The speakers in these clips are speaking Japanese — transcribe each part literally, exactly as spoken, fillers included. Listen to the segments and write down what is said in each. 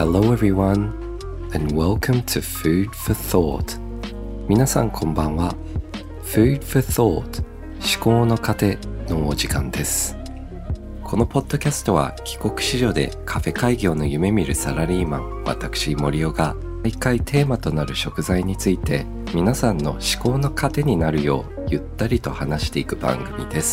Hello everyone and welcome to Food for Thought. 皆さんこんばんは。Food for Thought 思考の糧のお時間です。このポッドキャストは帰国子女でカフェ開業の夢見るサラリーマン私森尾が毎回テーマとなる食材について皆さんの思考の糧になるようゆったりと話していく番組です。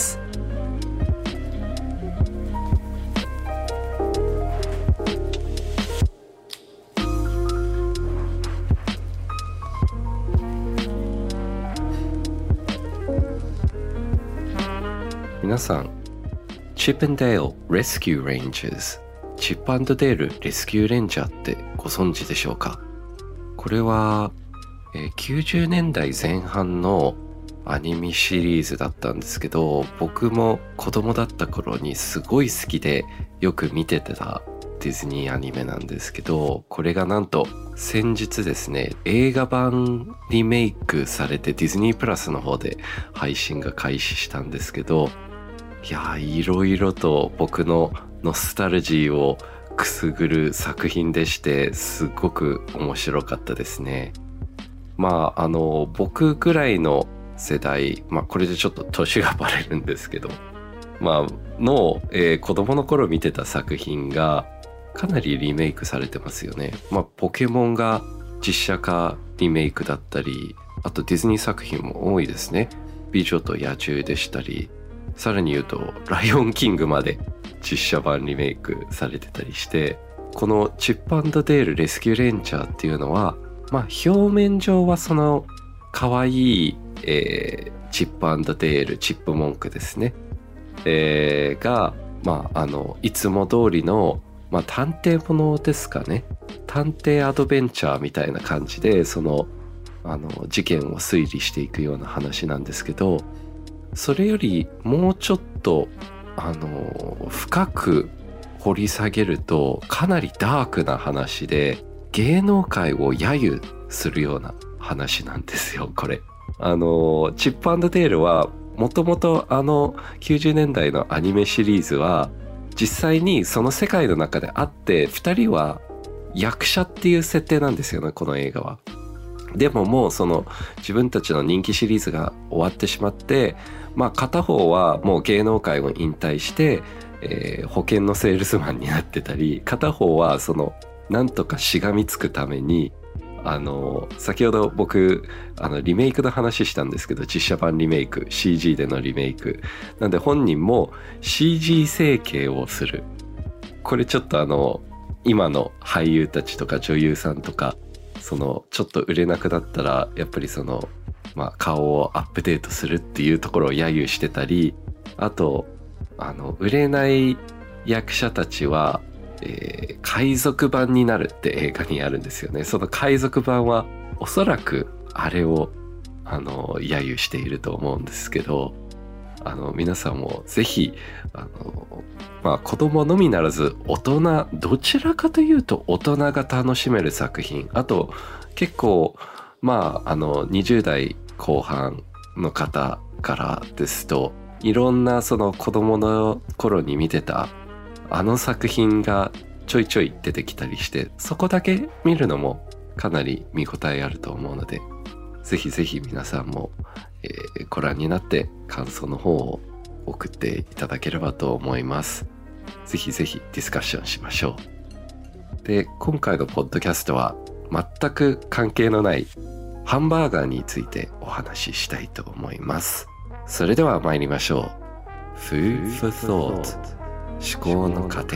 皆さん、チップ&デール・レスキュー・レンジャーズ、チップ&デール・レスキュー・レンジャーってご存知でしょうか？これは、えー、きゅうじゅうねんだいぜん半のアニメシリーズだったんですけど、僕も子供だった頃にすごい好きでよく見てたディズニーアニメなんですけど、これがなんと先日ですね、映画版リメイクされてディズニープラスの方で配信が開始したんですけど、いやー、いろいろと僕のノスタルジーをくすぐる作品でして、すごく面白かったですね。まああの僕ぐらいの世代、まあこれでちょっと年がバレるんですけど、まあの、えー、子供の頃見てた作品がかなりリメイクされてますよね。まあポケモンが実写化リメイクだったり、あとディズニー作品も多いですね。美女と野獣でしたり、さらに言うとライオンキングまで実写版リメイクされてたりして、このチップ&デールレスキューレンジャーっていうのは、まあ表面上はその可愛い、えー、チップ&デール、チップモンクですね、えー、が、まああのいつも通りの、まあ、探偵ものですかね、探偵アドベンチャーみたいな感じでそのあの事件を推理していくような話なんですけど、それよりもうちょっとあの深く掘り下げるとかなりダークな話で、芸能界を揶揄するような話なんですよ。これあのチップ&デールはもともとあのきゅうじゅうねんだいのアニメシリーズは実際にその世界の中であって、ふたりは役者っていう設定なんですよね、この映画は。でももうその自分たちの人気シリーズが終わってしまって、まあ片方はもう芸能界を引退して、えー、保険のセールスマンになってたり、片方はそのなんとかしがみつくために、あの先ほど僕あのリメイクの話したんですけど、実写版リメイク シージー でのリメイクなんで、本人も シージー 整形をする。これちょっとあの今の俳優たちとか女優さんとか、そのちょっと売れなくなったらやっぱりその、まあ、顔をアップデートするっていうところを揶揄してたり、あとあの売れない役者たちは、えー、海賊版になるって映画にあるんですよね。その海賊版はおそらくあれをあの揶揄していると思うんですけど、あの皆さんもぜひあの、まあ、子供のみならず大人、どちらかというと大人が楽しめる作品、あと結構まああのにじゅう代後半の方からですと、いろんなその子供の頃に見てたあの作品がちょいちょい出てきたりして、そこだけ見るのもかなり見応えあると思うので、ぜひぜひ皆さんも、えー、ご覧になって感想の方を送っていただければと思います。ぜひぜひディスカッションしましょう。で、今回のポッドキャストは全く関係のないハンバーガーについてお話ししたいと思います。それでは参りましょう。 Food for Thought 思考の糧。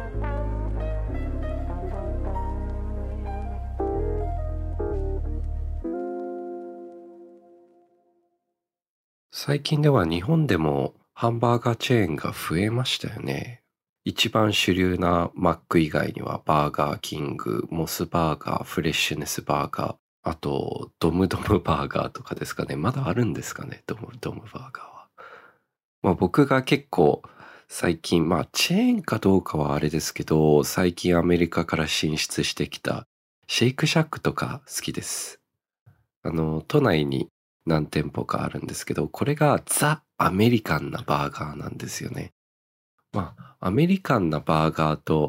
最近では日本でもハンバーガーチェーンが増えましたよね。一番主流なマック以外にはバーガーキング、モスバーガー、フレッシュネスバーガー、あとドムドムバーガーとかですかね。まだあるんですかね、ドムドムバーガーは。まあ僕が結構最近、まあチェーンかどうかはあれですけど、最近アメリカから進出してきたシェイクシャックとか好きです。あの都内に何店舗かあるんですけど、これがザ・アメリカンなバーガーなんですよね。まあアメリカンなバーガーと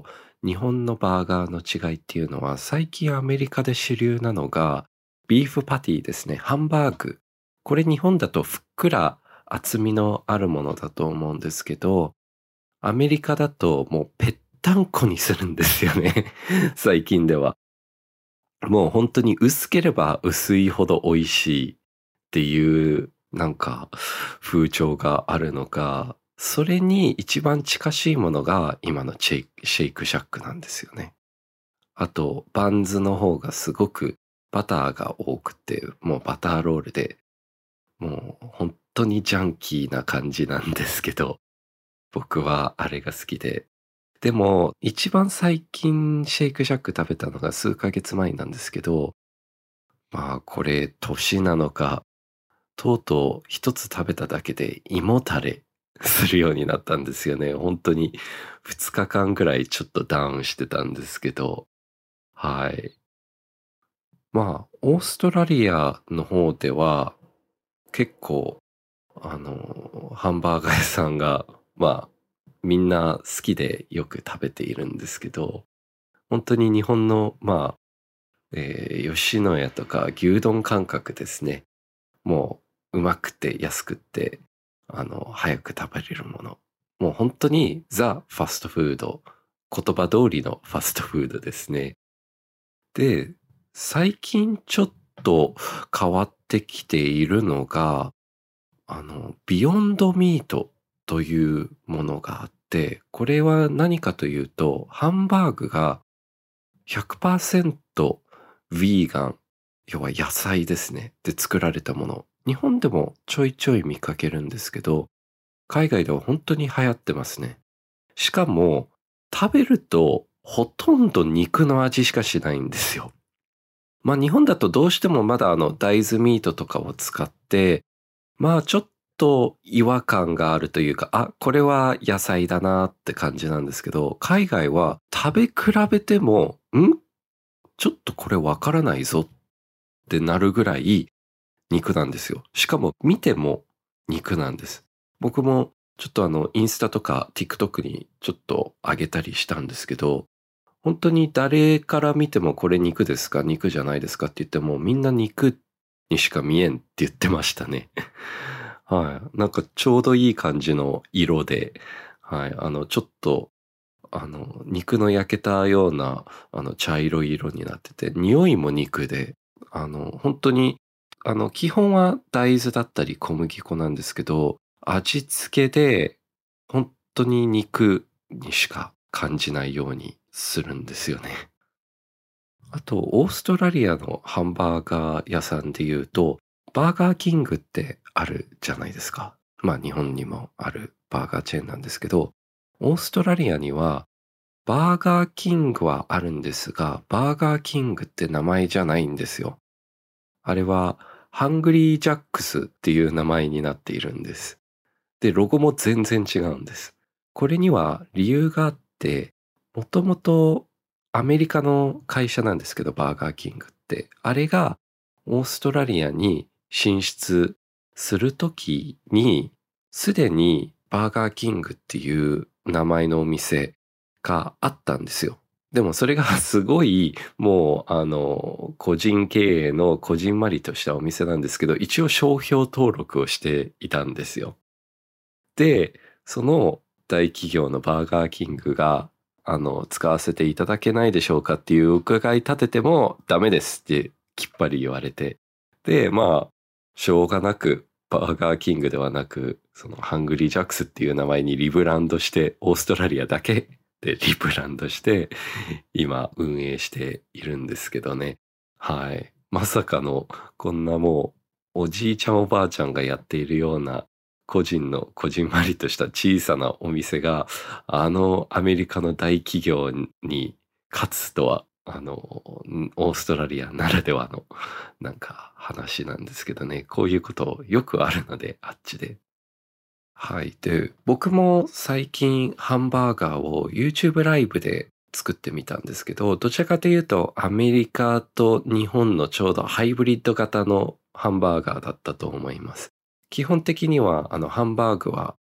日本のバーガーの違いっていうのは、最近アメリカで主流なのがビーフパティですね。ハンバーグ。これ日本だとふっくら厚みのあるものだと思うんですけど、アメリカだともうぺったんこにするんですよね。最近では。もう本当に薄ければ薄いほど美味しいっていうなんか風潮があるのが、それに一番近しいものが今のシェイク、シェイクシャックなんですよね。あと、バンズの方がすごくバターが多くて、もうバターロールで、もう本当にジャンキーな感じなんですけど、僕はあれが好きで。でも、一番最近シェイクシャック食べたのが数ヶ月前なんですけど、まあこれ年なのか、とうとう一つ食べただけで胃もたれするようになったんですよね。本当にふつかかんぐらいちょっとダウンしてたんですけど、はい。まあ、オーストラリアの方では結構、あの、ハンバーガー屋さんが、まあ、みんな好きでよく食べているんですけど、本当に日本の、まあ、えー吉野家とか牛丼感覚ですね。もう、うまくて安くて、あの、早く食べれるもの。もう本当にザ・ファストフード。言葉通りのファストフードですね。で、最近ちょっと変わってきているのが、あの、ビヨンドミートというものがあって、これは何かというと、ハンバーグがひゃくパーセントヴィーガン、要は野菜ですね。で作られたもの。日本でもちょいちょい見かけるんですけど、海外では本当に流行ってますね。しかも、食べるとほとんど肉の味しかしないんですよ。まあ日本だとどうしてもまだあの大豆ミートとかを使って、まあちょっと違和感があるというか、あ、これは野菜だなって感じなんですけど、海外は食べ比べても、んちょっとこれわからないぞってなるぐらい肉なんですよ。しかも見ても肉なんです。僕もちょっとあのインスタとか TikTok にちょっと上げたりしたんですけど、本当に誰から見てもこれ肉ですか肉じゃないですかって言ってもみんな肉にしか見えんって言ってましたね。はい。なんかちょうどいい感じの色で、はい。あの、ちょっと、あの、肉の焼けたような、あの、茶色い色になってて、匂いも肉で、あの、本当に、あの、基本は大豆だったり小麦粉なんですけど、味付けで、本当に肉にしか感じないようにするんですよね。あと、オーストラリアのハンバーガー屋さんで言うと、バーガーキングってあるじゃないですか。まあ日本にもあるバーガーチェーンなんですけど、オーストラリアにはバーガーキングはあるんですが、バーガーキングって名前じゃないんですよ。あれはハングリージャックスっていう名前になっているんです。で、ロゴも全然違うんです。これには理由があって、もともとアメリカの会社なんですけど、バーガーキングって。あれがオーストラリアに進出するときに、すでにバーガーキングっていう名前のお店があったんですよ。でもそれがすごいもうあの個人経営のこじんまりとしたお店なんですけど、一応商標登録をしていたんですよ。で、その大企業のバーガーキングが、あの、使わせていただけないでしょうかっていう伺い立ててもダメですってきっぱり言われて。で、まあ、しょうがなく、バーガーキングではなく、そのハングリージャックスっていう名前にリブランドして、オーストラリアだけでリブランドして、今運営しているんですけどね。はい。まさかの、こんなもう、おじいちゃんおばあちゃんがやっているような個人のこじんまりとした小さなお店が、あのアメリカの大企業に勝つとは、あの、オーストラリアならではのなんか話なんですけどね、こういうことよくあるので、あっちで。はい。で、僕も最近ハンバーガーを YouTube ライブで作ってみたんですけど、どちらかというとアメリカと日本のちょうどハイブリッド型のハンバーガーだったと思います。基本的にはあのハンバーグは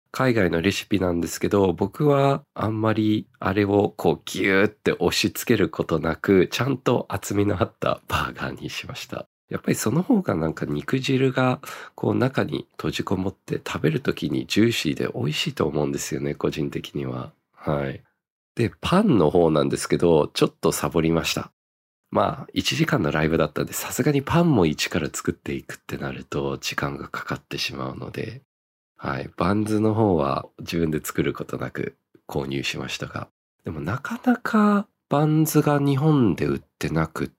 海外のレシピなんですけど、僕はあんまりあれをこうギューって押し付けることなく、ちゃんと厚みのあったバーガーにしました。やっぱりその方がなんか肉汁がこう中に閉じこもって食べるときにジューシーで美味しいと思うんですよね、個人的には。はい。で、パンの方なんですけど、ちょっとサボりました。まあ、いちじかんのライブだったんで、さすがにパンも一から作っていくってなると時間がかかってしまうので、はい。バンズの方は自分で作ることなく購入しましたが。でもなかなかバンズが日本で売ってなくって、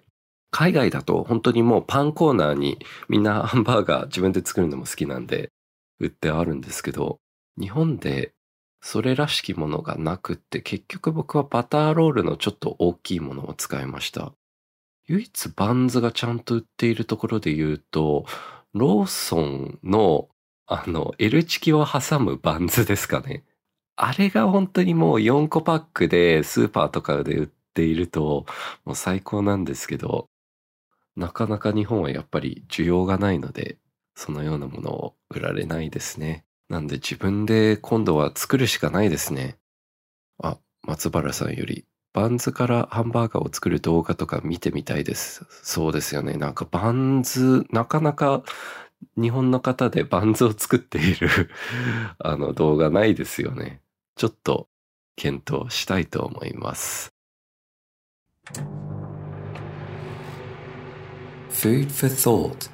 海外だと本当にもうパンコーナーにみんなハンバーガー自分で作るのも好きなんで売ってあるんですけど、日本でそれらしきものがなくって、結局僕はバターロールのちょっと大きいものを使いました。唯一バンズがちゃんと売っているところで言うと、ローソンのあの L チキを挟むバンズですかね。あれが本当にもうよんこパックでスーパーとかで売っているともう最高なんですけど、なかなか日本はやっぱり需要がないので、そのようなものを売られないですね。なんで自分で今度は作るしかないですね。あ、松原さんより、バンズからハンバーガーを作る動画とか見てみたいです。そうですよね。なんかバンズ、なかなか日本の方でバンズを作っているあの動画ないですよね。ちょっと検討したいと思います。Food for thought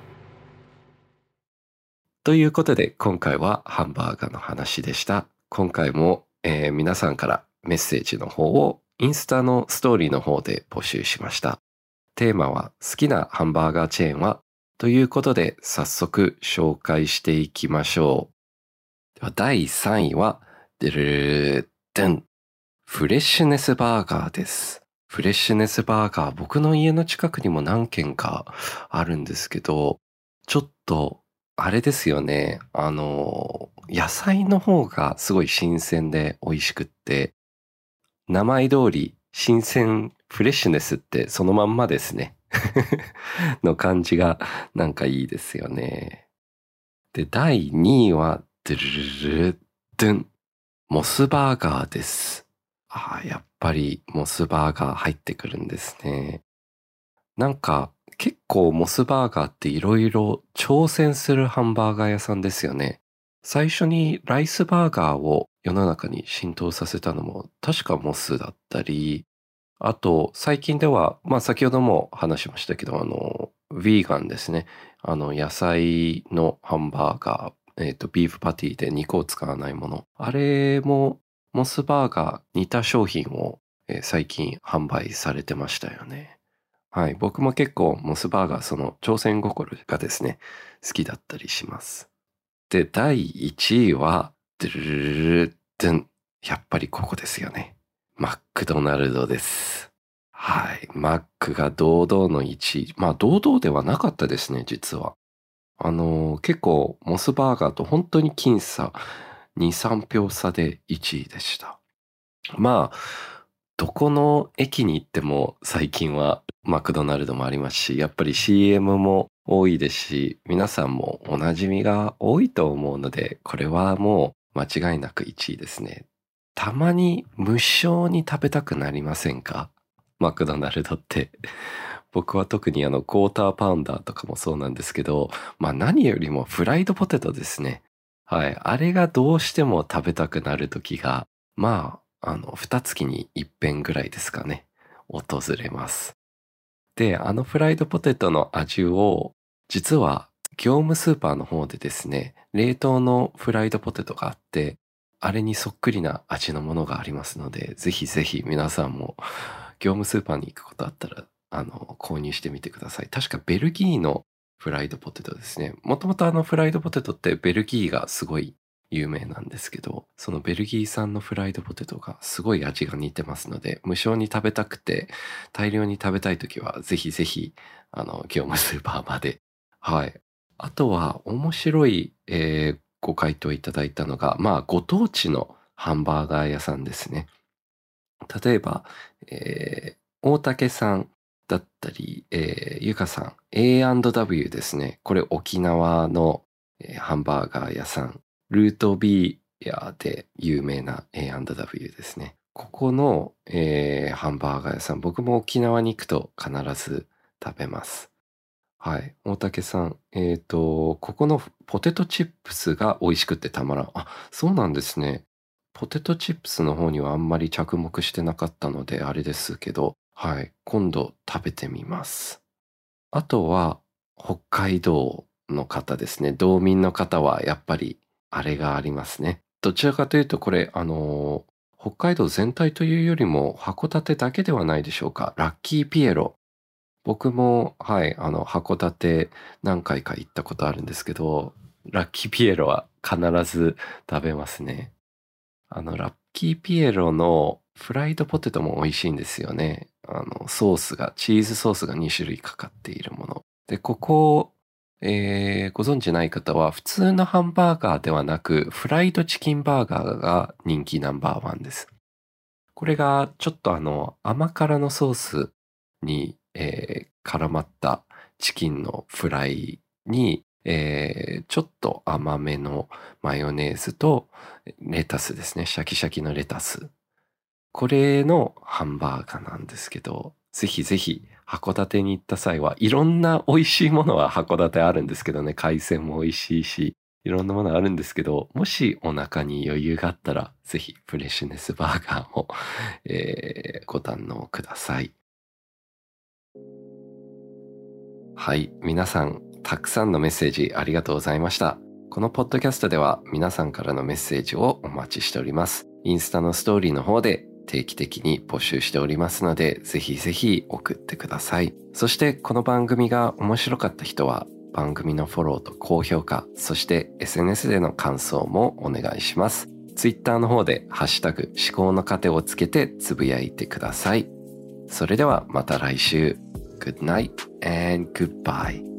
ということで今回はハンバーガーの話でした。今回も、えー皆さんからメッセージの方をインスタのストーリーの方で募集しました。テーマは好きなハンバーガーチェーンはということで早速紹介していきましょう。ではだいさんいはでるでんフレッシュネスバーガーです。フレッシュネスバーガー僕の家の近くにも何軒かあるんですけど、ちょっとあれですよね。あの野菜の方がすごい新鮮で美味しくって、名前通り新鮮フレッシュネスってそのまんまですね。の感じがなんかいいですよね。で、だいにいは、ドゥルルルルドゥン、モスバーガーです。ああ、やっぱりモスバーガー入ってくるんですね。なんか結構モスバーガーっていろいろ挑戦するハンバーガー屋さんですよね。最初にライスバーガーを世の中に浸透させたのも確かモスだったり、あと、最近では、まあ先ほども話しましたけど、あの、ヴィーガンですね。あの、野菜のハンバーガー、えっと、ビーフパティで肉を使わないもの。あれも、モスバーガー似た商品を、えー最近販売されてましたよね。はい。僕も結構モスバーガー、その挑戦心がですね、好きだったりします。で、だいいちいは、ドゥルルルルドゥン。やっぱりここですよね。マックドナルドです。はい。マックが堂々のいちい。まあ、堂々ではなかったですね、実は。あのー結構、モスバーガーと本当に僅差、に、さんぴょう差でいちいでした。まあ、どこの駅に行っても最近はマクドナルドもありますし、やっぱり シーエム も多いですし、皆さんもおなじみが多いと思うので、これはもう間違いなくいちいですね。たまに無性に食べたくなりませんか？マクドナルドって。僕は特にあのクォーターパウンダーとかもそうなんですけど、まあ何よりもフライドポテトですね。はい。あれがどうしても食べたくなる時が、まあ、あの、二月に一遍ぐらいですかね。訪れます。で、あのフライドポテトの味を、実は業務スーパーの方でですね、冷凍のフライドポテトがあって、あれにそっくりな味のものがありますので、ぜひぜひ皆さんも業務スーパーに行くことあったら、あの、購入してみてください。確かベルギーのフライドポテトですね。もともとあのフライドポテトってベルギーがすごい有名なんですけど、そのベルギー産のフライドポテトがすごい味が似てますので、無償に食べたくて、大量に食べたいときは、ぜひぜひ、あの、業務スーパーまで。はい。あとは、面白い、えーご回答いただいたのが、まあ、ご当地のハンバーガー屋さんですね。例えば、えー大竹さんだったり、えーゆかさん、エーアンドダブリュー ですね。これ沖縄の、えーハンバーガー屋さん。 ルートビーヤーで有名な エーアンドダブリュー ですね。ここの、えーハンバーガー屋さん、僕も沖縄に行くと必ず食べます。はい。大竹さん、えっと、ここのポテトチップスが美味しくてたまらん。あ、そうなんですね。ポテトチップスの方にはあんまり着目してなかったので、あれですけど、はい。今度食べてみます。あとは、北海道の方ですね。道民の方はやっぱり、あれがありますね。どちらかというと、これ、あのー北海道全体というよりも、函館だけではないでしょうか。ラッキーピエロ。僕も、はい、あの、函館何回か行ったことあるんですけど、ラッキーピエロは必ず食べますね。あの、ラッキーピエロのフライドポテトも美味しいんですよね。あの、ソースが、チーズソースがに種類かかっているもの。で、ここ、えーご存知ない方は、普通のハンバーガーではなく、フライドチキンバーガーが人気ナンバーワンです。これがちょっとあの甘辛のソースに、えー絡まったチキンのフライに、えーちょっと甘めのマヨネーズとレタスですね。シャキシャキのレタス。これのハンバーガーなんですけど、ぜひぜひ函館に行った際はいろんな美味しいものは函館あるんですけどね、海鮮も美味しいし、いろんなものあるんですけど、もしお腹に余裕があったら、ぜひフレッシュネスバーガーも、えーご堪能ください。はい、皆さん、たくさんのメッセージありがとうございました。このポッドキャストでは皆さんからのメッセージをお待ちしております。インスタのストーリーの方で定期的に募集しておりますので、ぜひぜひ送ってください。そしてこの番組が面白かった人は、番組のフォローと高評価、そして エスエヌエス での感想もお願いします。ツイッターの方でハッシュタグ思考の糧をつけてつぶやいてください。それではまた来週。Good night and goodbye.